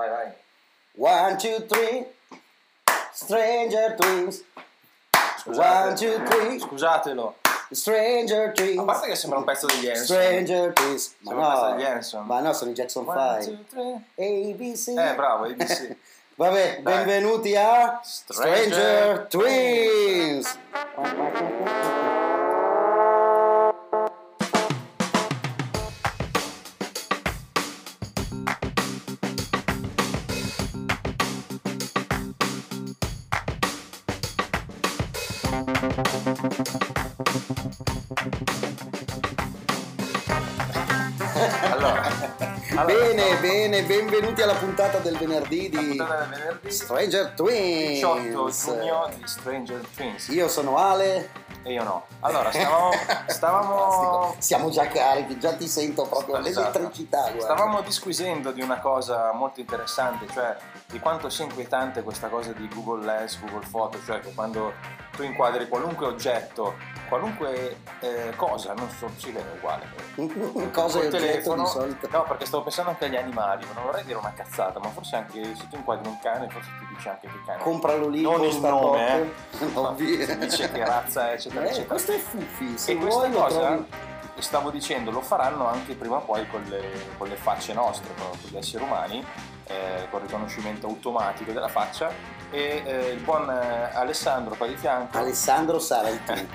vai. 1, 2, 3, Stranger Things. Scusate, 1, 2, 3, Scusatelo. Stranger Things. A parte che sembra un pezzo degli Hanson. Stranger Things. Sembra un pezzo degli Hanson. Ma no, sono i Jackson 1, 5. 2, 3. ABC. Bravo, ABC. Vabbè, Dai. benvenuti a Stranger Twins. Allora, Bene, benvenuti alla puntata del venerdì la di puntata del venerdì Stranger Twins. 18 giugno di Stranger Things. Io sono Ale. E io no. Allora, stavamo Siamo già carichi, già ti sento proprio Esatto. l'elettricità. Guarda. Stavamo disquisendo di una cosa molto interessante, cioè di quanto sia inquietante questa cosa di Google Lens, Google Photo, cioè che quando tu inquadri qualunque oggetto, qualunque cosa, non so, si vede uguale. Cosa Col è oggetto telefono, di solito. no, perché stavo pensando anche agli animali, non vorrei dire una cazzata, ma forse anche se tu inquadri un cane, forse ti dice anche che cane. Compralo lì, non il costa nome, poco. Ovvio. Si dice che razza è, eccetera, eccetera. Questo è fuffi, se E vuoi questa lo cosa, trovi. stavo dicendo, lo faranno anche prima o poi con le facce nostre, con gli esseri umani, con il riconoscimento automatico della faccia. E il buon Alessandro qua di fianco Alessandro Sarenti.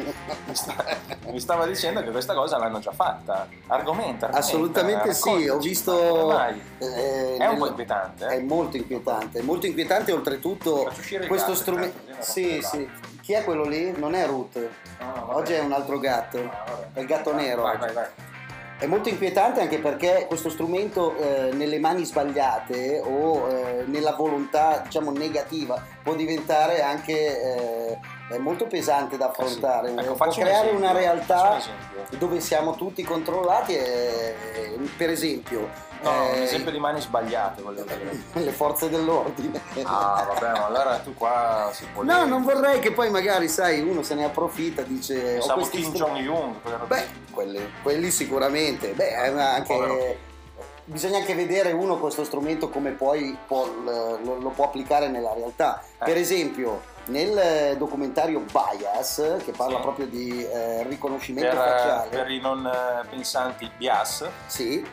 mi stava dicendo che questa cosa l'hanno già fatta. Argomenta. Assolutamente sì, ho raccontaci, visto. come mai? È un po' nel- inquietante, È molto inquietante oltretutto Faccio uscire il questo gatto, strumento. intanto, Sì, così non sì. Chi è quello lì? Non è Ruth. No, vabbè. Oggi è un altro gatto. Vabbè. È il gatto nero. Vai, oggi. vai. È molto inquietante anche perché questo strumento nelle mani sbagliate o nella volontà, diciamo, negativa può diventare anche molto pesante da affrontare. Sì. Ecco, Può faccio un creare esempio, una realtà faccio un esempio. dove siamo tutti controllati per esempio No, un esempio di mani sbagliate, volevo dire. le forze dell'ordine. Ah, vabbè, ma allora tu qua si può No, non vorrei che poi magari, sai, uno se ne approfitta, dice... ho Pensavo questi Kim strumenti. Jong-un. Beh, quelli sicuramente. Beh, è anche... Povero. Bisogna anche vedere uno questo strumento come poi lo può applicare nella realtà. Per esempio, nel documentario Bias, che parla Sì. proprio di riconoscimento facciale, per i non pensanti, bias, sì,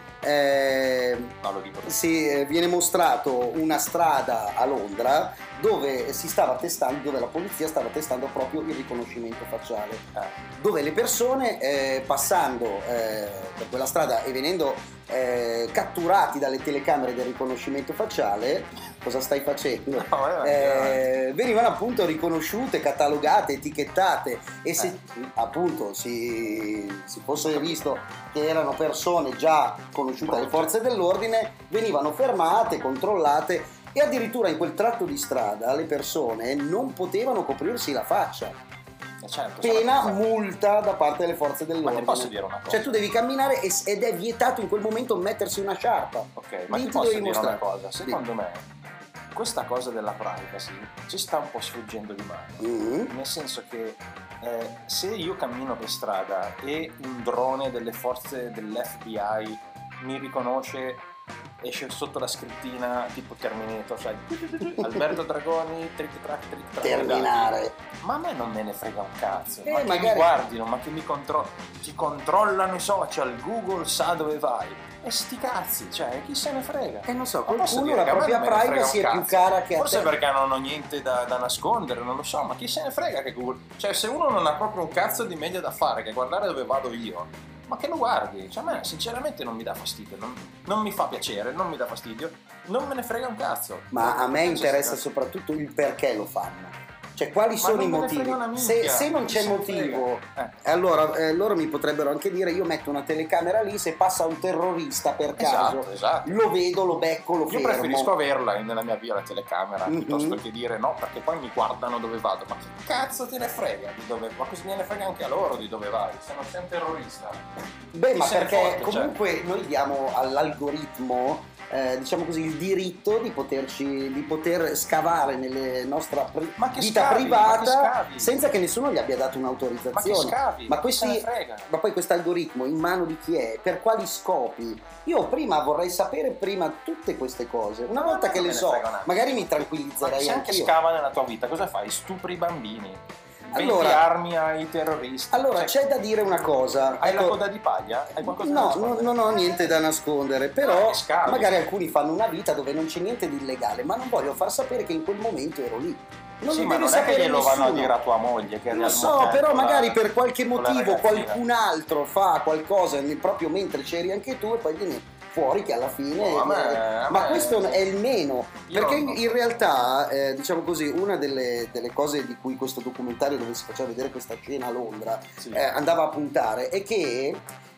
no, lo dico. viene mostrato una strada a Londra dove dove la polizia stava testando proprio il riconoscimento facciale, dove le persone passando per quella strada e venendo catturati dalle telecamere del riconoscimento facciale, cosa stai facendo? No, Venivano appunto riconosciute, catalogate, etichettate e se appunto si fosse visto che erano persone già conosciute alle forze dell'ordine, venivano fermate, controllate e addirittura in quel tratto di strada le persone non potevano coprirsi la faccia. certo, Pena sono- multa da parte delle forze Ma dell'ordine. ti posso dire una cosa? Cioè tu devi camminare ed è vietato in quel momento mettersi una sciarpa. Ok, ma Lì ti ti posso devi dire mostrare. una cosa? Secondo me questa cosa della privacy ci sta un po' sfuggendo di mano. Mhm. Nel senso che se io cammino per strada e un drone delle forze dell'FBI mi riconosce, esce sotto la scrittina tipo Terminator, sai, Alberto Dragoni, trick track, Terminare. ma a me non me ne frega un cazzo, ma che magari- mi guardino, ma che ti controllano i social, Google sa dove vai, e sti cazzi, cioè chi se ne frega. Non so, Ma posso qualcuno dire la che a me propria non me ne frega privacy un è più cazzo. cara che a Forse te. perché non hanno niente da nascondere, non lo so, ma chi se ne frega che Google, cioè se uno non ha proprio un cazzo di meglio da fare che guardare dove vado io, ma che lo guardi? Cioè a me sinceramente non mi dà fastidio, non mi fa piacere, non mi dà fastidio, non me ne frega un cazzo. Ma a me Penso interessa sia- soprattutto il perché lo fanno. Cioè quali sono non i me ne motivi? frega una minchia, Se non chi c'è se ne motivo, frega? allora loro mi potrebbero anche dire io metto una telecamera lì, se passa un terrorista per caso, Esatto. lo vedo, lo becco, lo Io fermo. preferisco averla nella mia via la telecamera Mhm. piuttosto che dire no, perché poi mi guardano dove vado. Ma che cazzo te ne frega di dove? Ma cosa me ne frega anche a loro di dove vai? Se non sei un terrorista. Beh, Chi ma se ne perché fotte, comunque noi diamo all'algoritmo diciamo così, il diritto di poter scavare nella nostra vita scavi? privata senza che nessuno gli abbia dato un'autorizzazione. Ma poi questo algoritmo in mano di chi è? Per quali scopi? Io vorrei sapere tutte queste cose. Una volta che le so, magari mi tranquillizzerei se anche anche io. scava nella tua vita, cosa fai? Stupri i bambini, vendi armi ai terroristi. Allora, c'è da dire una cosa. Hai la coda di paglia? Hai qualcosa da nascondere? Non ho niente da nascondere, però magari alcuni fanno una vita dove non c'è niente di illegale, ma non voglio far sapere che in quel momento ero lì. Non ma non è che glielo vanno a dire a tua moglie che lo so, però magari per qualche motivo qualcun altro fa qualcosa proprio mentre c'eri anche tu e poi viene fuori che alla fine ma questo è il meno, perché in realtà diciamo così, una delle cose di cui questo documentario, dove si faceva vedere questa scena a Londra, andava a puntare è che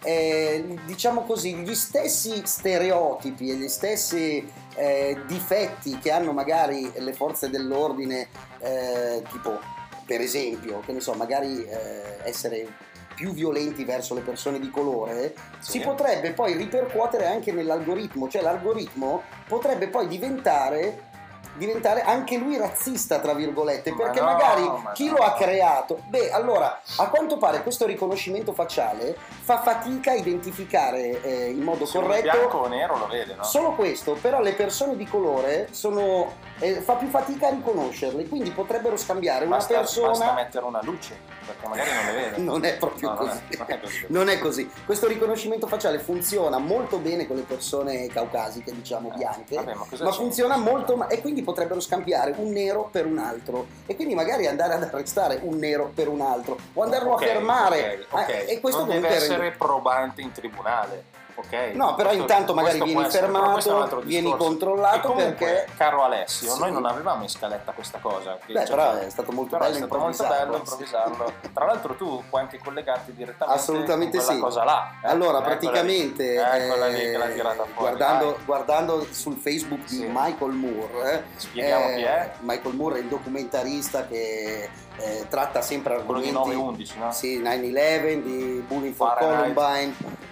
diciamo così, gli stessi stereotipi e gli stessi difetti che hanno magari le forze dell'ordine, tipo per esempio, che ne so, magari essere più violenti verso le persone di colore, si potrebbe poi ripercuotere anche nell'algoritmo, cioè l'algoritmo potrebbe poi diventare anche lui razzista, tra virgolette, perché chi lo ha creato, allora a quanto pare questo riconoscimento facciale fa fatica a identificare in modo corretto bianco o nero, lo vede, no? Solo questo, però le persone di colore fa più fatica a riconoscerle, quindi potrebbero scambiare una persona. Basta mettere una luce, perché magari non le vede. Non è proprio così. Non è così. Questo riconoscimento facciale funziona molto bene con le persone caucasiche, diciamo bianche, ma funziona molto e quindi potrebbero scambiare un nero per un altro e quindi magari andare ad arrestare un nero per un altro o andarlo a fermare. E questo non deve essere probante in tribunale. No, però intanto magari vieni fermato, vieni controllato. Comunque, perché, caro Alessio, noi non avevamo in scaletta questa cosa. Però è stato molto bello improvvisarlo. Tra l'altro tu puoi anche collegarti direttamente assolutamente con quella cosa là. Allora, praticamente eccola lì che l'ha tirata fuori. Guardando sul Facebook di Michael Moore, spieghiamo chi è. Michael Moore è il documentarista che tratta sempre argomenti. Quello di 9/11, no? Sì, 9/11, di Bullying for Columbine.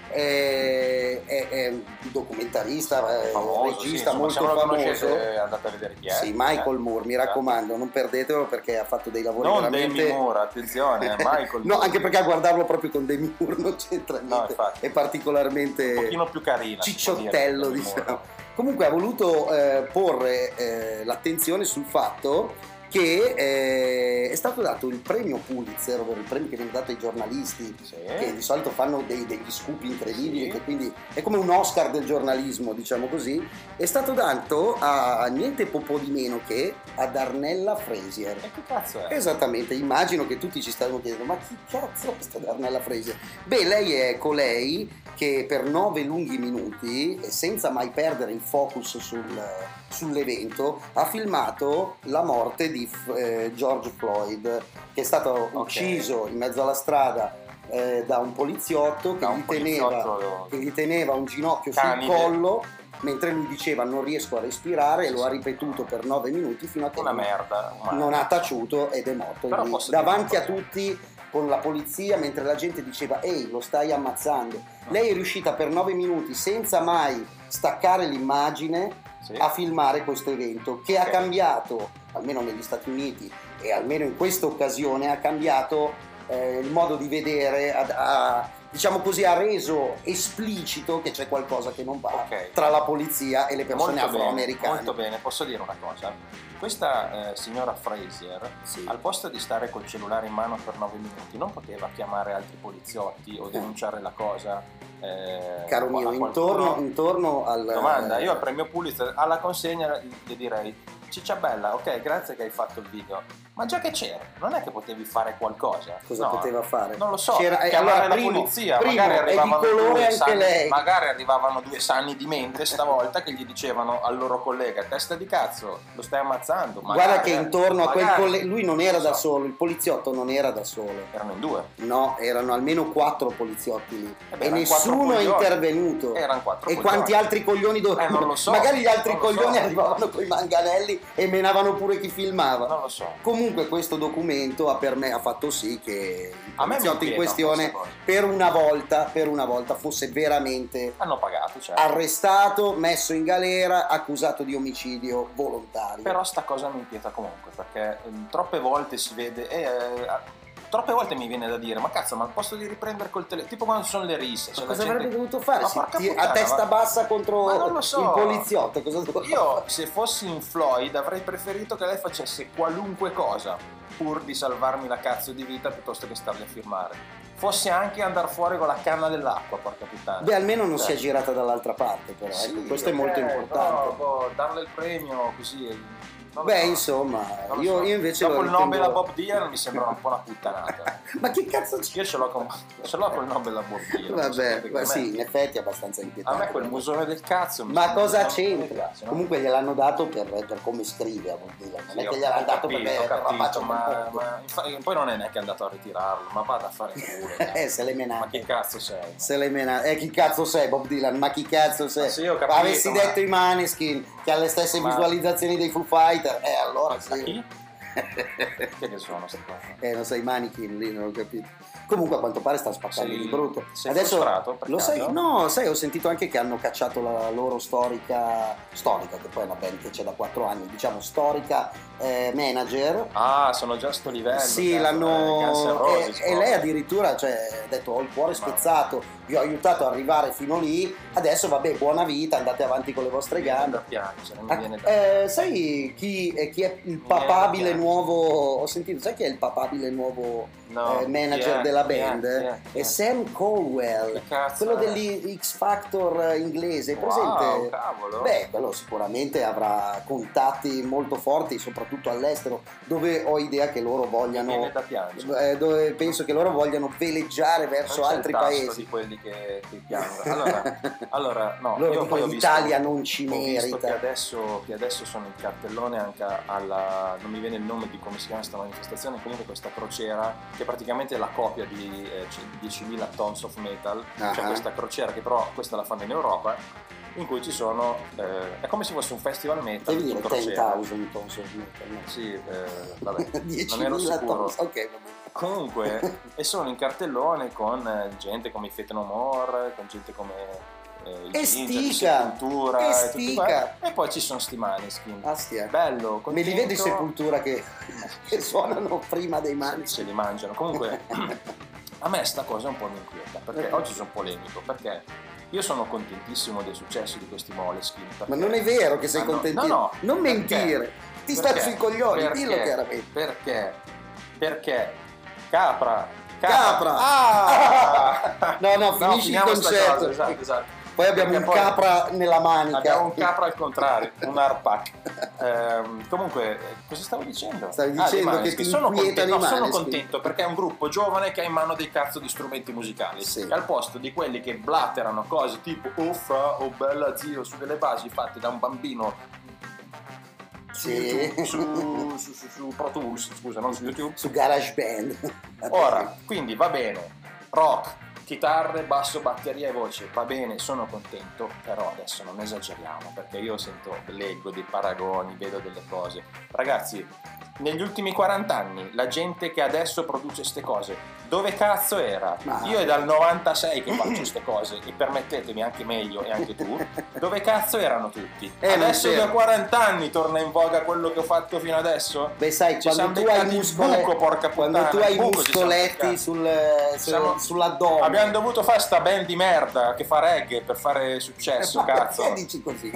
È un documentarista, regista molto famoso. Andate a vedere chi è. Sì, Michael Moore, mi raccomando, non perdetelo perché ha fatto dei lavori non veramente. Demi Moore, attenzione, Michael. No, anche perché a guardarlo proprio con Demi Moore non c'entra niente. È particolarmente un pochino più carino, cicciottello, diciamo. Comunque ha voluto porre l'attenzione sul fatto che è stato dato il premio Pulitzer, ovvero il premio che viene dato ai giornalisti, che di solito fanno degli scoop incredibili, che quindi è come un Oscar del giornalismo, diciamo così. È stato dato a niente po' di meno che a Darnella Frazier. E che cazzo è? Esattamente, immagino che tutti ci stanno chiedendo: ma chi cazzo è questa Darnella Frazier? Lei è colei che per 9 lunghi minuti, senza mai perdere il focus sull'evento, ha filmato la morte di George Floyd, che è stato ucciso in mezzo alla strada da un poliziotto che gli teneva un ginocchio sul collo mentre lui diceva non riesco a respirare, e lo ha ripetuto per 9 minuti fino a che non ha taciuto ed è morto davanti a tutti con la polizia, mentre la gente diceva ehi, lo stai ammazzando. Lei è riuscita per 9 minuti senza mai staccare l'immagine a filmare questo evento che ha cambiato, almeno negli Stati Uniti e almeno in questa occasione, ha cambiato il modo di vedere, diciamo così, ha reso esplicito che c'è qualcosa che non va tra la polizia e le persone afroamericane. Molto bene, posso dire una cosa? Questa signora Frazier, al posto di stare col cellulare in mano per 9 minuti, non poteva chiamare altri poliziotti o denunciare la cosa? Caro mio, intorno al... Domanda, io al premio Pulitzer, alla consegna gli direi: Cicciabella, ok, grazie che hai fatto il video, ma già che c'era, non è che potevi fare qualcosa? Cosa poteva fare? Non lo so, chiamare la polizia, magari arrivavano due sani di mente stavolta che gli dicevano al loro collega: testa di cazzo, lo stai ammazzando. Guarda che intorno a quel collega, lui non era da solo, il poliziotto non era da solo. Erano in 2. No, erano almeno 4 poliziotti lì e nessuno è intervenuto. Erano 4 e quanti altri coglioni dovevano? Non lo so. Magari gli altri coglioni arrivavano con i manganelli fuori e menavano pure chi filmava. Non lo so. Comunque questo documento per me ha fatto sì che il A me mi poliziotto in inquieta questione questa per una volta fosse veramente hanno pagato, certo. arrestato, messo in galera, accusato di omicidio volontario. Però sta cosa mi inquieta comunque, perché troppe volte si vede troppe volte mi viene da dire, ma cazzo, ma al posto di riprendere col telefono, tipo quando ci sono le risse, Ma cosa avrebbe dovuto fare? Ma porca A puttana, testa ma bassa contro non lo so. il poliziotto? Cosa doveva Io, fare? se fossi in Floyd, avrei preferito che lei facesse qualunque cosa pur di salvarmi la cazzo di vita piuttosto che starli a firmare. Fosse anche andare fuori con la canna dell'acqua, porca puttana. Beh, almeno non si è Cioè, girata dall'altra parte, però. sì, Ecco, questo è ok, molto importante. però, darle il premio così. Non lo Beh, so. insomma, Non lo io so. invece dopo lo il Nobel a ritengo... Bob Dylan mi sembra un po' una puttanata. Ma che cazzo c'è? Io ce l'ho col Nobel a Bob Dylan. Vabbè, sapete che ma a me- sì, in effetti è abbastanza A inquietante. me quel musone del cazzo mi Ma sembra- cosa non mi c'entra? piace, no? Comunque gliel'hanno dato per come scrive a Bob Dylan, non Sì, è che ho gliel'hanno dato capito, perché ho per la capito, faccia ma poi non è neanche andato a ritirarlo, ma vada a fare culo. dai. se l'è menata. Ma che cazzo sei? Se l'è menata. Chi cazzo sei Bob Dylan? Ma chi cazzo sei? Ma sì, ho capito, Avessi ma- detto i Maneskin che ha le stesse Ma- visualizzazioni dei Foo Fighter, allora Ma sì. chi? Che sono sti qua? Non sai i Maneskin lì, non ho capito. Comunque a quanto pare sta spaccando Sei- di brutto. sei Adesso frustrato per lo caso? sai? No, sai, ho sentito anche che hanno cacciato la loro storica, che poi è una band che c'è da 4 anni, diciamo storica manager. Ah, sono già a sto livello. Sì, cazzo, Guns N' l'hanno. Roses, E lei addirittura ha detto: ho il cuore spezzato, vi ho aiutato ad arrivare fino lì. Adesso, vabbè, buona vita, andate avanti con le vostre Mi viene gambe. da piangere, mi viene da... Sai chi è il viene papabile da nuovo? Ho sentito, sai chi è il papabile nuovo No, manager chi è? della Chi è? band? Chi è? È Sam Cowell, Che cazzo quello è? dell'X Factor inglese, Wow, presente? cavolo. Beh, quello sicuramente avrà contatti molto forti, soprattutto all'estero, dove ho idea che loro Mi vogliano. viene da piangere. Dove penso che loro vogliano veleggiare verso Non c'è altri il tasto paesi. di quelli che piangono. Allora no, Loro io dicono poi ho visto, l'Italia non ci ho visto merita. che adesso sono in cartellone anche alla, non mi viene il nome di come si chiama questa manifestazione, comunque questa crociera che praticamente è la copia di 10.000 Tons of Metal, Ah. cioè questa crociera che però questa la fanno in Europa, in cui ci sono, è come se fosse un festival metal Devi in dire crociera. 10.000 tons of metal, no? Sì, vabbè, non 10.000 ero sicuro. tons, ok, vabbè. Comunque, e sono in cartellone con gente come i Fate No More, con gente come E i Ginger, di stica! Sepultura E tutti stica! qua. E poi ci sono sti Maneskin. Astia. Bello, Me contento. li vedi Sepultura che Sì, suonano prima dei mani? se li mangiano. Comunque, a me sta cosa un po' mi inquieta, perché oggi sono polemico, perché io sono contentissimo del successo di questi Moleskine. Ma non è vero che sei contentissimo. No, Non perché? mentire. Ti sta Perché? sui coglioni, Perché? dillo chiaramente. Perché Capra. Ah! No, finisci il finiamo sta concetto. cosa, esatto. Poi abbiamo Perché un poi capra nella manica. Abbiamo un capra al contrario, un arpac. Comunque, cosa stavo dicendo? Stavi dicendo dei che ti Maneskin. Sono inquietano contento, i sono Maneskin. contento perché è un gruppo giovane che ha in mano dei cazzo di strumenti musicali. Sì. E al posto di quelli che blatterano cose tipo oh fra, oh bella zio, su delle basi fatte da un bambino Sì. su Pro Tools, scusa, non su YouTube. Su GarageBand. Ora, quindi va bene, rock, chitarre, basso, batteria e voce, va bene, sono contento, però adesso non esageriamo, perché io leggo dei paragoni, vedo delle cose. Ragazzi, negli ultimi 40 anni, la gente che adesso produce ste cose, dove cazzo era? Ma- Io è dal 96 che faccio ste cose, e permettetemi anche meglio, e anche tu, dove cazzo erano tutti? Non Adesso c'era. da 40 anni torna in voga quello che ho fatto fino adesso? Beh, sai, Ci siamo quando tu hai beccati il muscoletti, buco, porca quando puttana, tu hai il buco ci siamo muscoletti beccati. sull'addome. Abbiamo dovuto fare sta band di merda che fa reggae per fare successo, Ma cazzo. perché dici così?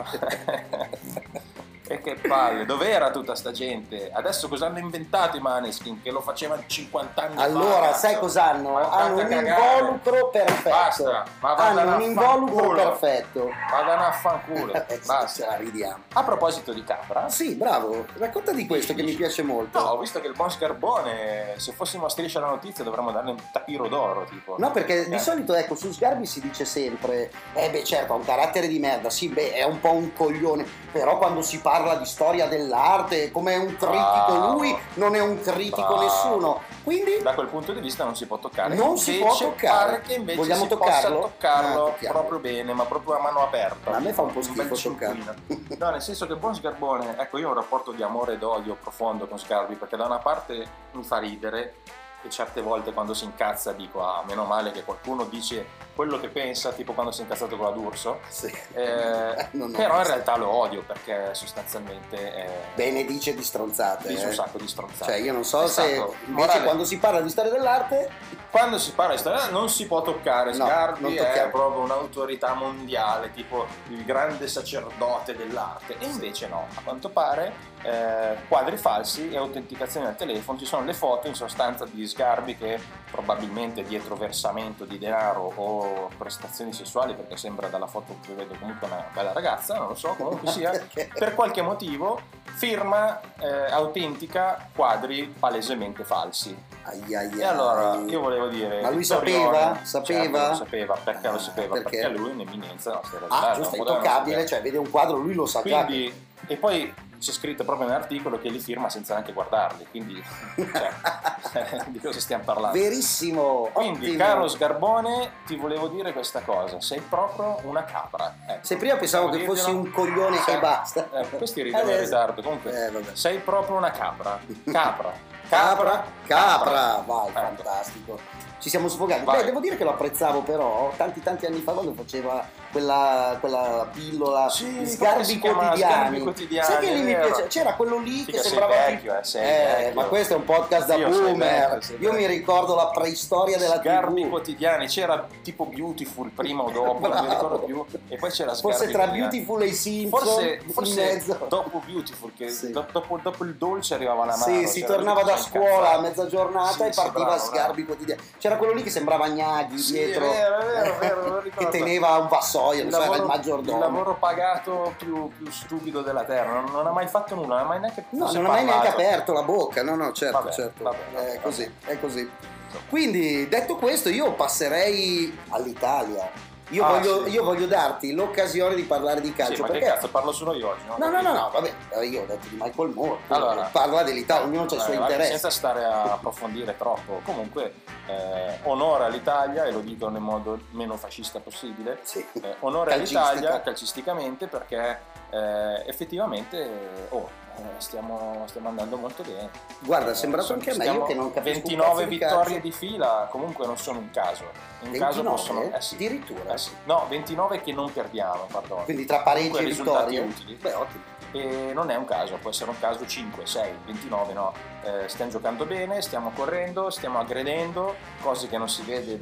E che palle, dov'era tutta sta gente? Adesso cosa hanno inventato i Maneskin che lo facevano 50 anni fa? Allora, cazzo? sai cos'hanno? Ma Hanno andate un a cagare. involucro perfetto. Basta, ma vadano Hanno a un involucro fanculo. perfetto. Vadano a fanculo, Ce basta. la ridiamo. A proposito di capra, Sì, bravo. Racconta di questo che mi piace molto. no, ho visto che il buon Scarbone, se fossimo a Striscia la notizia dovremmo dargli un tapiro d'oro, tipo. No, perché di solito, ecco, su Sgarbi si dice sempre beh, certo, ha un carattere di merda, sì, beh, è un po' un coglione, però quando si parla parla di storia dell'arte, come è un critico lui, non è un critico nessuno. Quindi da quel punto di vista non si può toccare. Non si può toccare. Pare che invece Vogliamo si toccarlo? possa toccarlo Tocchiamo. proprio bene, ma proprio a mano aperta. A me fa un po' schifo bel toccarlo. cinquino. No, nel senso che buon Sgarbone, ecco, io ho un rapporto di amore ed odio profondo con Sgarbi, perché da una parte mi fa ridere e certe volte quando si incazza dico meno male che qualcuno dice quello che pensa, tipo quando si è incazzato con la D'Urso. Sì. Però in realtà lo odio perché sostanzialmente bene, dice di stronzate. Dice un sacco di stronzate. Cioè io non so se invece morale, quando si parla di storia dell'arte, quando si parla di storia non si può toccare. No, Sgarbi non è tocchiamo. proprio un'autorità mondiale, tipo il grande sacerdote dell'arte, e invece no, a quanto pare quadri falsi e autenticazioni al telefono. Ci sono le foto in sostanza di Sgarbi che probabilmente dietro versamento di denaro o prestazioni sessuali, perché sembra dalla foto che vedo comunque una bella ragazza, non lo so, comunque sia, per qualche motivo firma autentica quadri palesemente falsi. E allora io volevo dire, ma lui Vittorione, sapeva? Certo, lo sapeva. Perché lo sapeva? Perché lui è un'eminenza della storia dell'arte. Giusto, è intoccabile, cioè vede un quadro, lui lo sa già. Quindi, e poi c'è scritto proprio nell'articolo che li firma senza neanche guardarli, quindi di cosa stiamo parlando? Verissimo. Quindi, ottimo. caro Sgarbone, ti volevo dire questa cosa: sei proprio una capra. Ecco, se prima pensavo che fossi un coglione e basta. Questi ridono in ritardo. Comunque, sei proprio una capra. Capra. Vai, fantastico. Ci siamo sfogati. Beh, devo dire che lo apprezzavo però tanti anni fa quando faceva quella pillola Sgarbi quotidiani. Sai che lì mi piace? C'era quello lì che sembrava vecchio, vecchio. Ma questo è un podcast da boomer. Io mi ricordo la preistoria della Sgarbi TV. quotidiani, c'era tipo Beautiful prima o dopo, non mi ricordo più, e poi c'era Sgarbi. Forse tra Beautiful e i Simpson, in mezzo. Dopo Beautiful, che dopo il dolce arrivava la mano. Sì, si tornava da scuola a mezza giornata e partiva Sgarbi quotidiani. C'era quello lì che sembrava Gnaghi dietro, è vero, che teneva un vassoio, non so, era il maggiordomo. Il lavoro pagato più stupido della terra, non ha mai fatto nulla, non ha mai neanche non ha mai neanche aperto la bocca, no, certo, vabbè. È così. Quindi, detto questo, io passerei all'Italia. Io voglio darti l'occasione di parlare di calcio. Ma perché che cazzo, parlo solo io oggi, no? No, vabbè, io ho detto di Michael Moore. Allora, parla dell'Italia, ognuno ha i suoi interessi. Senza stare a approfondire troppo, comunque onore all'Italia, e lo dico nel modo meno fascista possibile. Sì. Onore all'Italia calcisticamente, perché effettivamente stiamo andando molto bene. Guarda, è sembrato anche a me, io che non capisco 29 vittorie di fila, comunque non sono un caso. In 29? caso possono addirittura? No, 29 che non perdiamo, perdono. Quindi tra pareggi e risultati vittorie utili. Beh, ottimo. E non è un caso, può essere un caso 5, 6, 29 no. Stiamo giocando bene, stiamo correndo, stiamo aggredendo, cose che non si vede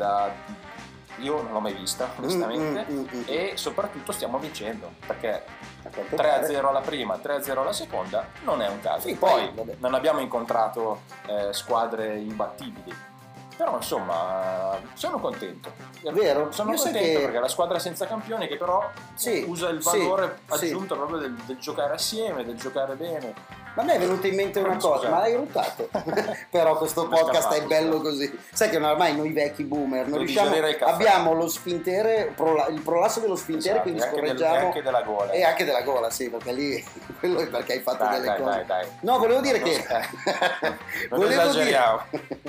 io non l'ho mai vista onestamente, e soprattutto stiamo vincendo, perché 3-0 alla prima, 3-0 alla seconda non è un caso. Sì, poi non abbiamo incontrato squadre imbattibili, però insomma sono contento. Vero? Sono contento perché la squadra senza campioni, che però usa il valore aggiunto proprio del giocare assieme, del giocare bene. Ma a me è venuta in mente una cosa, ma l'hai ruttato? Però questo podcast è bello così. Sai che ormai noi vecchi boomer non riusciamo, abbiamo lo sfintere, il prolasso dello sfintere, quindi scorreggiamo. E anche della gola. E anche della gola, sì, perché lì quello è perché hai fatto delle cose. Dai. No, volevo dire che non esageriamo.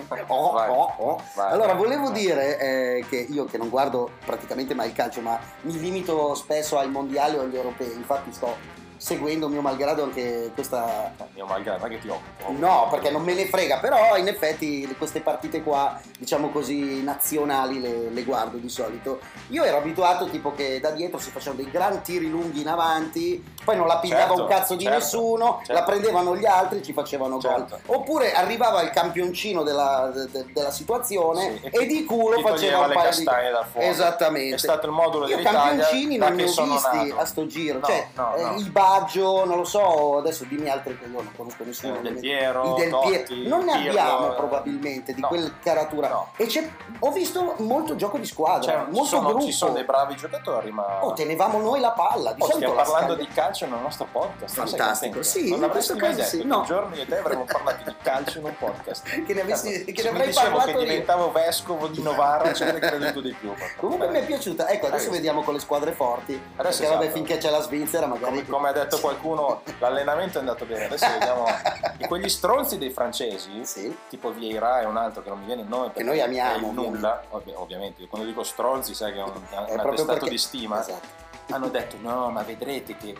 Allora, volevo dire che io che non guardo praticamente mai il calcio, ma mi limito spesso ai mondiali o agli europei, infatti sto seguendo mio malgrado anche questa. Mio malgrado, ma che ti occupo? No, perché non me ne frega, però in effetti queste partite qua, diciamo così, nazionali le guardo di solito. Io ero abituato tipo che da dietro si facevano dei gran tiri lunghi in avanti, poi non la pigliava un cazzo di nessuno, la prendevano gli altri, ci facevano gol. Oppure arrivava il campioncino della situazione e di culo faceva un paio di da fuori. Esattamente. È stato il modulo Io dell'Italia. Campioncini non ne ho visti a sto giro, il Baggio, non lo so, adesso dimmi altri che io non conosco nessuno. Del Piero, Totti, non ne abbiamo probabilmente di quella caratura. No. E ho visto molto gioco di squadra, molto gruppo. Ci sono dei bravi giocatori, ma tenevamo noi la palla. Di solito stiamo parlando di calcio nel nostro podcast. Fantastico, sì, non avresti mai detto che un giorno io e te avremmo parlato di calcio in un podcast. che ne avrei parlato parlato che diventavo vescovo di Novara, ci avrei creduto di più. Comunque mi è piaciuta. Ecco, adesso vediamo con le squadre forti. Perché vabbè, finché c'è la Svizzera magari come detto qualcuno, l'allenamento è andato bene, adesso vediamo. E quegli stronzi dei francesi, Sì. tipo Vieira e un altro che non mi viene il nome, Che noi amiamo, è nulla, ovviamente, quando dico stronzi sai che è un proprio attestato perché- di stima. Esatto. Hanno detto no, ma vedrete che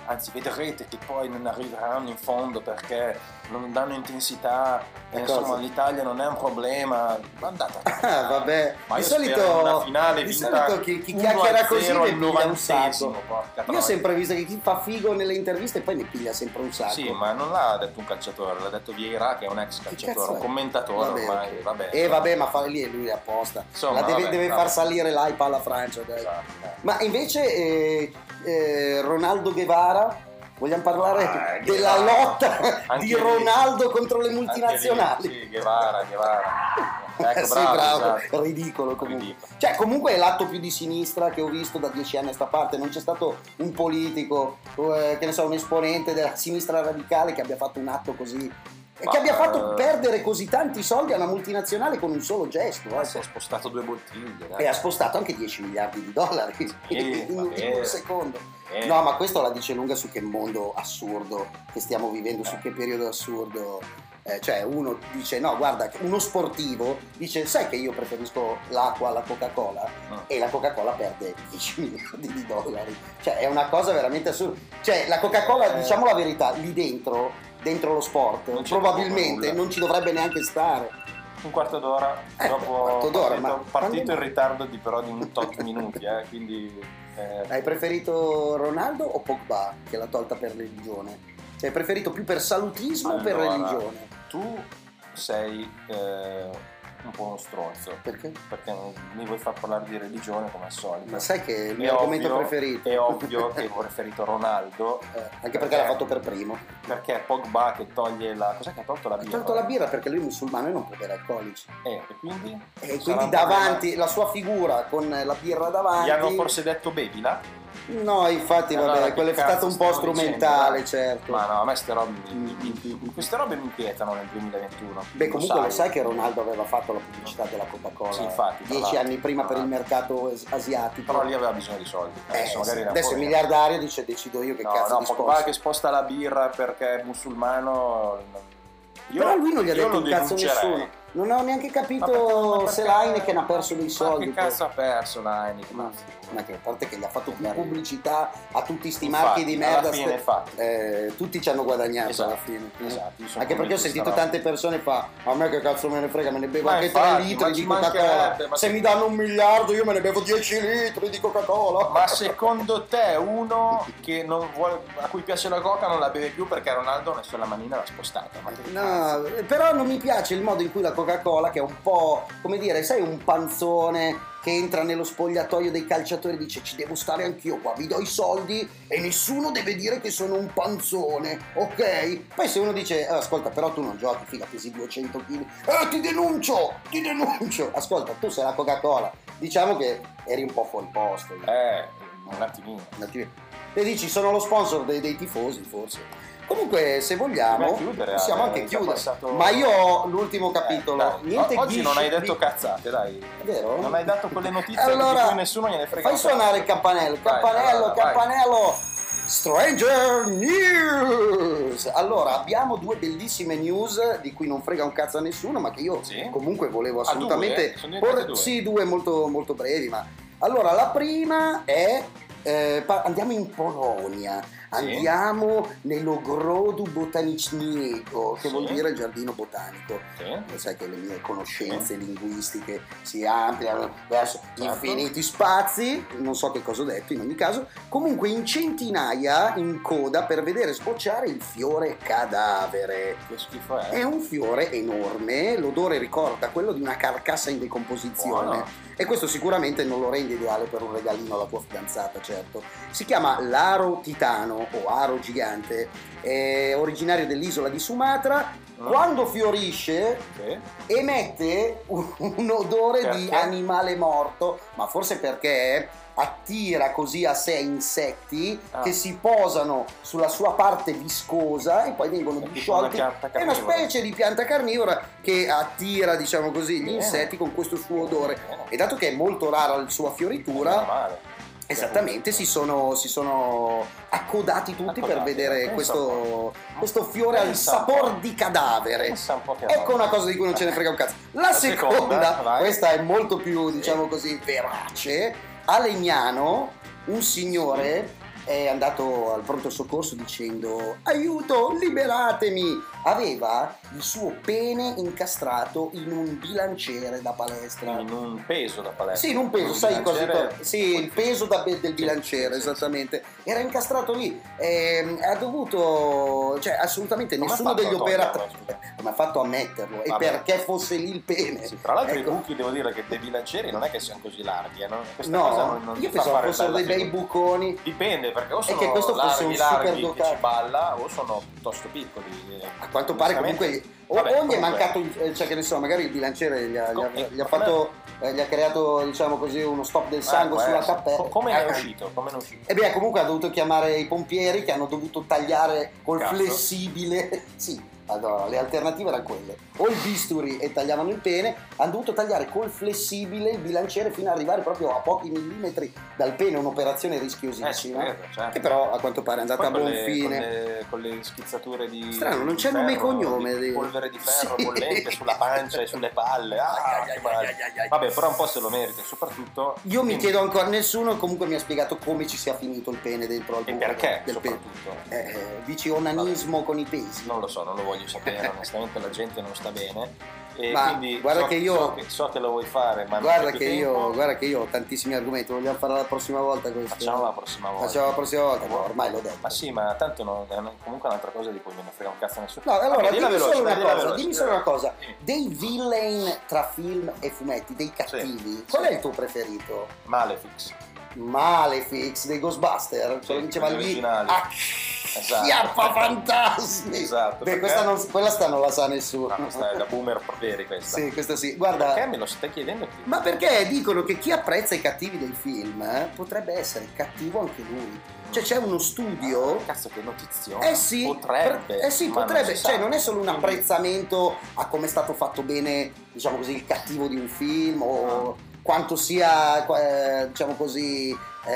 poi non arriveranno in fondo perché non danno intensità, insomma l'Italia non è un problema. Ma andate a Ah, vabbè, ma di io spero solito, una finale di vinta solito chi chiacchiera così 1-0 ne al piglia un sacco. 90esimo, porca Io ho troia. sempre visto che chi fa figo nelle interviste poi ne piglia sempre un sacco. Sì, ma non l'ha detto un calciatore, l'ha detto Vieira che è un ex Che calciatore, cazzo un è? commentatore ormai, ok. vabbè. Vabbè, ma fa lì e lui è apposta. Insomma, La deve, vabbè, deve vabbè. far salire l'hype alla Francia, dai. Esatto. Ma invece Ronaldo Guevara, vogliamo parlare della Guevara. lotta Anche di lì. Ronaldo contro le multinazionali? Anche lì, sì, Guevara. Ecco, Sì, bravo, esatto. ridicolo comunque. Ridicolo. Cioè, comunque è l'atto più di sinistra che ho visto da 10 anni a sta parte. Non c'è stato un politico, che ne so, un esponente della sinistra radicale che abbia fatto un atto così. E che abbia fatto perdere così tanti soldi a una multinazionale con un solo gesto. Si è spostato 2 bottiglie. E ha spostato anche 10 miliardi di dollari in un secondo. No, ma questo la dice lunga su che mondo assurdo che stiamo vivendo, su che periodo assurdo. Cioè uno dice no, guarda, uno sportivo dice sai che io preferisco l'acqua alla Coca-Cola e la Coca-Cola perde 10 miliardi di dollari. Cioè è una cosa veramente assurda. Cioè la Coca-Cola, diciamo la verità, lì dentro lo sport probabilmente non ci dovrebbe neanche stare. Un quarto d'ora dopo un quarto d'ora, partito in ritardo però di un tot minuti, quindi hai preferito Ronaldo o Pogba che l'ha tolta per religione? Cioè hai preferito più per salutismo o per religione? Tu sei un po' uno stronzo. Perché? Perché mi vuoi far parlare di religione come al solito. Ma sai che è il mio argomento preferito. È ovvio che ho preferito Ronaldo. Anche perché l'ha fatto per primo. Perché Pogba che toglie la... Cos'è che ha tolto la birra? Ha tolto la birra perché lui è musulmano e non può bere alcolici. E quindi? E quindi davanti, la sua figura con la birra davanti... Gli hanno forse detto bevila? No, infatti, vabbè, quello è stato un po' strumentale, certo. Ma no, a me queste robe mi inquietano nel 2021. Beh, comunque lo sai che Ronaldo aveva fatto la pubblicità della Coca-Cola, sì, infatti, 10 anni prima per il mercato asiatico. Però lì aveva bisogno di soldi. Adesso è miliardario, dice decido io che cazzo di sponsor. Pogba che sposta la birra perché è musulmano. Però lui non gli ha detto un cazzo nessuno. Non ho neanche capito se l'Heineken ha perso dei soldi. Ma che cazzo ha perso l'Heineken? Ma che a parte che gli ha fatto più pubblicità a tutti sti marchi di merda, tutti ci hanno guadagnato alla fine. Esatto, anche perché ho sentito tante persone fa a me che cazzo me ne frega, me ne bevo anche 3 litri di Coca-Cola. Se mi danno 1 miliardo io me ne bevo 10 litri di Coca-Cola. Ma secondo te uno che non vuole, a cui piace la Coca non la beve più perché Ronaldo nella sua manina l'ha spostata? No, però non mi piace il modo in cui la Coca-Cola, che è un po', come dire, sai, un panzone che entra nello spogliatoio dei calciatori e dice ci devo stare anch'io qua, vi do i soldi e nessuno deve dire che sono un panzone, ok? Poi se uno dice ascolta però tu non giochi, figa, pesi 200 kg, ti denuncio! Ascolta, tu sei la Coca-Cola, diciamo che eri un po' fuori posto. Un attimino. E dici sono lo sponsor dei tifosi forse. Comunque, se vogliamo, possiamo anche chiudere. Ma io ho l'ultimo capitolo. Niente oggi non hai detto cazzate, dai. È vero? Non hai dato quelle notizie allora, di cui nessuno gliene frega. Fai suonare il campanello. Campanello. Stranger News. Allora, abbiamo 2 bellissime news di cui non frega un cazzo a nessuno, ma che io comunque volevo assolutamente porre. Sì, 2 molto, molto brevi. Ma allora, la prima è andiamo in Polonia. Andiamo nell'Ogrodu Botanicznego, che vuol dire giardino botanico. Sai che le mie conoscenze linguistiche si ampliano verso infiniti spazi, non so che cosa ho detto in ogni caso. Comunque in centinaia in coda per vedere sbocciare il fiore cadavere. Che schifo è? È un fiore enorme, l'odore ricorda quello di una carcassa in decomposizione. Buono. E questo sicuramente non lo rende ideale per un regalino alla tua fidanzata, certo. Si chiama l'aro titano o aro gigante, è originario dell'isola di Sumatra. Quando fiorisce emette un odore di animale morto, ma forse perché attira così a sé insetti che si posano sulla sua parte viscosa e poi vengono disciolti. È una specie di pianta carnivora che attira, diciamo così, gli insetti con questo suo odore. E dato che è molto rara la sua fioritura, Esattamente, si sono accodati tutti per vedere questo fiore al sapor di cadavere. Pensa un po' che Ecco roba. una cosa di cui non ce ne frega un cazzo. La seconda, vai. questa è molto più, diciamo così, verace. A Legnano un signore è andato al pronto soccorso dicendo aiuto, liberatemi. Aveva il suo pene incastrato in un bilanciere da palestra. In un peso da palestra. Sì, in un peso, Un sai cosa? bilanciere- Sì, il peso del bilanciere, sì, sì, esattamente. Era incastrato lì. Ha dovuto, cioè, assolutamente Come ha nessuno fatto degli a toglierlo, operatori. scusa? Come ha fatto a metterlo? E Vabbè. perché fosse lì il pene? Sì, tra l'altro Ecco. i buchi devo dire che dei bilancieri non è che siano così larghi, no? Questa cosa No, non io ti fa pensavo fare fossero bella dei bei figura. buconi. Dipende, perché o E sono che questo fosse un larghi super che dotato. ci balla o sono piuttosto piccoli. A quanto pare comunque o Vabbè, gli è comunque- mancato, cioè che ne so, magari il bilanciere gli ha come- fatto, gli ha creato, diciamo così, uno stop del sangue può sulla essere. cappella. Come ne è uscito? Come ne è uscito? E beh, comunque ha dovuto chiamare i pompieri che hanno dovuto tagliare col Cazzo. flessibile. Sì, allora le alternative erano quelle: o il bisturi e tagliavano il pene, hanno dovuto tagliare col flessibile il bilanciere fino ad arrivare proprio a pochi millimetri dal pene, un'operazione Ci rischiosissima. credo, certo. Che però a quanto pare è andata a Poi buon fine. con le schizzature di Strano, non di c'è nome e ferro, cognome di di- polvere di ferro Sì. bollente sulla pancia e sulle palle. Che male. Vabbè, però un po' se lo merita, soprattutto. Io mi quindi- chiedo ancora, nessuno comunque mi ha spiegato come ci sia finito il pene dentro al E buco perché del pene. soprattutto? Dici onanismo con i pesi. Non lo so, non lo voglio sapere, onestamente la gente non sta bene. E Ma quindi guarda so, che io- so che lo vuoi fare, ma non Guarda c'è più che tempo. io ho tantissimi argomenti, vogliamo farla la prossima volta questo? Facciamo la prossima volta. Facciamo la prossima volta, no, ormai l'ho detto. Ma sì, ma tanto è comunque un'altra cosa di cui non ne frega un cazzo a nessuno. No, allora Vabbè, dimmi dilla solo una dilla cosa, veloce, dimmi dilla solo una cosa. veloce. Dei villain tra film e fumetti, dei cattivi, Sì. qual Sì. è il tuo preferito? Malefics. Malefics dei Ghostbuster, ce lo Sì, diceva quelli lì. originali. Schiappa Esatto. fantasmi! Esatto, Beh, perché- questa non la sa nessuno. No, questa è da boomer veri questa. Sì, questa sì. Guarda, Perché me lo stai chiedendo? ma perché dicono che chi apprezza i cattivi dei film potrebbe essere cattivo anche lui. Cioè c'è uno studio. Cazzo, che notizione. Eh sì, Potrebbe. sì, ma potrebbe. non si Cioè sa. non è solo un Quindi- apprezzamento a come è stato fatto bene, diciamo così, il cattivo di un film o quanto sia, diciamo così,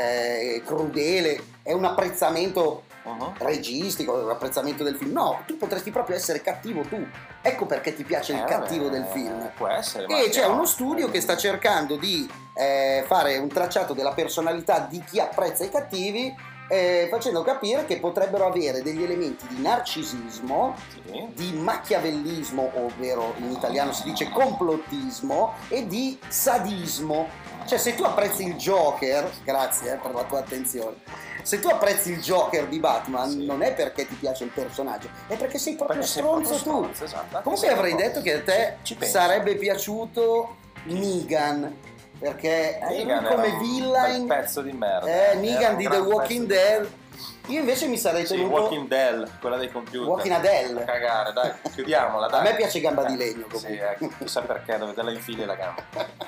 crudele. È un apprezzamento Mhm. registico, un apprezzamento del film. No, tu potresti proprio essere cattivo tu. Ecco perché ti piace il Vabbè, cattivo del film. Può essere. ma E c'è no. uno studio che sta cercando di fare un tracciato della personalità di chi apprezza i cattivi, facendo capire che potrebbero avere degli elementi di narcisismo, Sì. di machiavellismo, ovvero in italiano si dice complottismo, e di sadismo. Cioè se tu apprezzi il Joker, grazie per la tua attenzione, se tu apprezzi il Joker di Batman Sì. non è perché ti piace il personaggio, è perché sei proprio Perché sei stronzo proprio tu. stronzo, esatto. Comunque Sei avrei proprio- detto che a te Ci penso. sarebbe piaciuto Negan, perché Negan lui come era un villain, bel pezzo di merda. Era Negan un di The gran Walking pezzo di Dead. merda. Io invece mi sarei Sì, tenuto Walking Dead, quella dei computer. Walking Adele. A cagare, dai, chiudiamola, dai. A me piace Gamba di Legno, Sì, comunque. ecco, chissà perché, dove te la infili la gamba.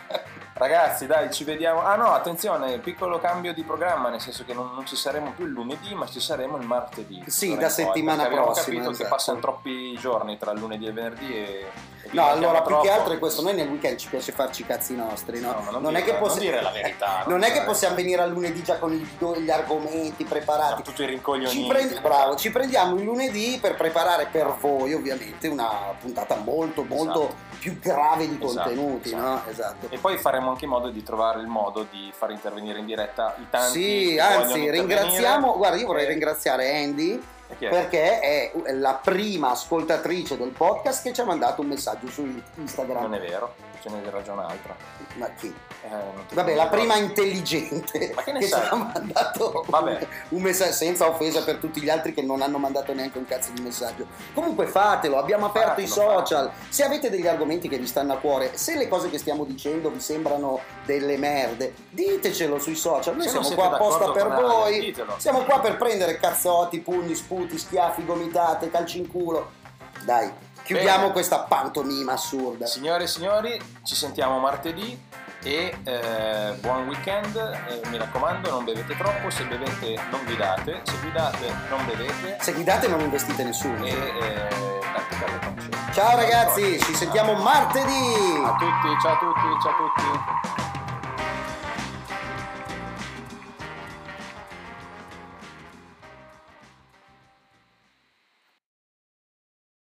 Ragazzi, dai, ci vediamo. Ah no, attenzione, piccolo cambio di programma, nel senso che non ci saremo più il lunedì, ma ci saremo il martedì. Sì, d'ora da in poi, settimana perché abbiamo prossima, capito esatto. che passano troppi giorni tra il lunedì e il venerdì e No, allora più che troppo. altro è questo, noi nel weekend ci piace farci i cazzi nostri, no? No, ma non non è dire- che non dire la verità, non è che sai. possiamo venire al lunedì già con gli argomenti preparati. Siamo tutti rincoglioniti. Bravo, ci prendiamo il lunedì per preparare per voi ovviamente una puntata molto Esatto. più grave di Esatto, contenuti, esatto. no? Esatto. E poi faremo anche in modo di trovare il modo di far intervenire in diretta i tanti Sì, che anzi, vogliono ringraziamo, intervenire. guarda, io vorrei ringraziare Andy E chi è? perché è la prima ascoltatrice del podcast che ci ha mandato un messaggio su Instagram. Non è vero, ce n'è ragione un'altra. Ma chi? Non ti Vabbè, la ricordo. prima intelligente Ma che ne ci sai? ha mandato Vabbè. un messaggio, senza offesa per tutti gli altri che non hanno mandato neanche un cazzo di messaggio. Comunque fatelo, abbiamo aperto i Fatelo, social. Se avete degli argomenti che vi stanno a cuore, se le cose che stiamo dicendo vi sembrano delle merde, ditecelo sui social. Noi Se non siamo siete qua apposta d'accordo per con Ale, voi. ditelo. Siamo qua per prendere cazzotti, pugni, sputi, schiaffi, gomitate, calci in culo. Dai, chiudiamo Bene. questa pantomima assurda. Signore e signori, ci sentiamo martedì e buon weekend. Mi raccomando, non bevete troppo, se bevete non guidate, se guidate non bevete Se guidate non investite nessuno. e tante belle pace. Ciao ragazzi, ci sentiamo martedì! A tutti, ciao a tutti, ciao a tutti.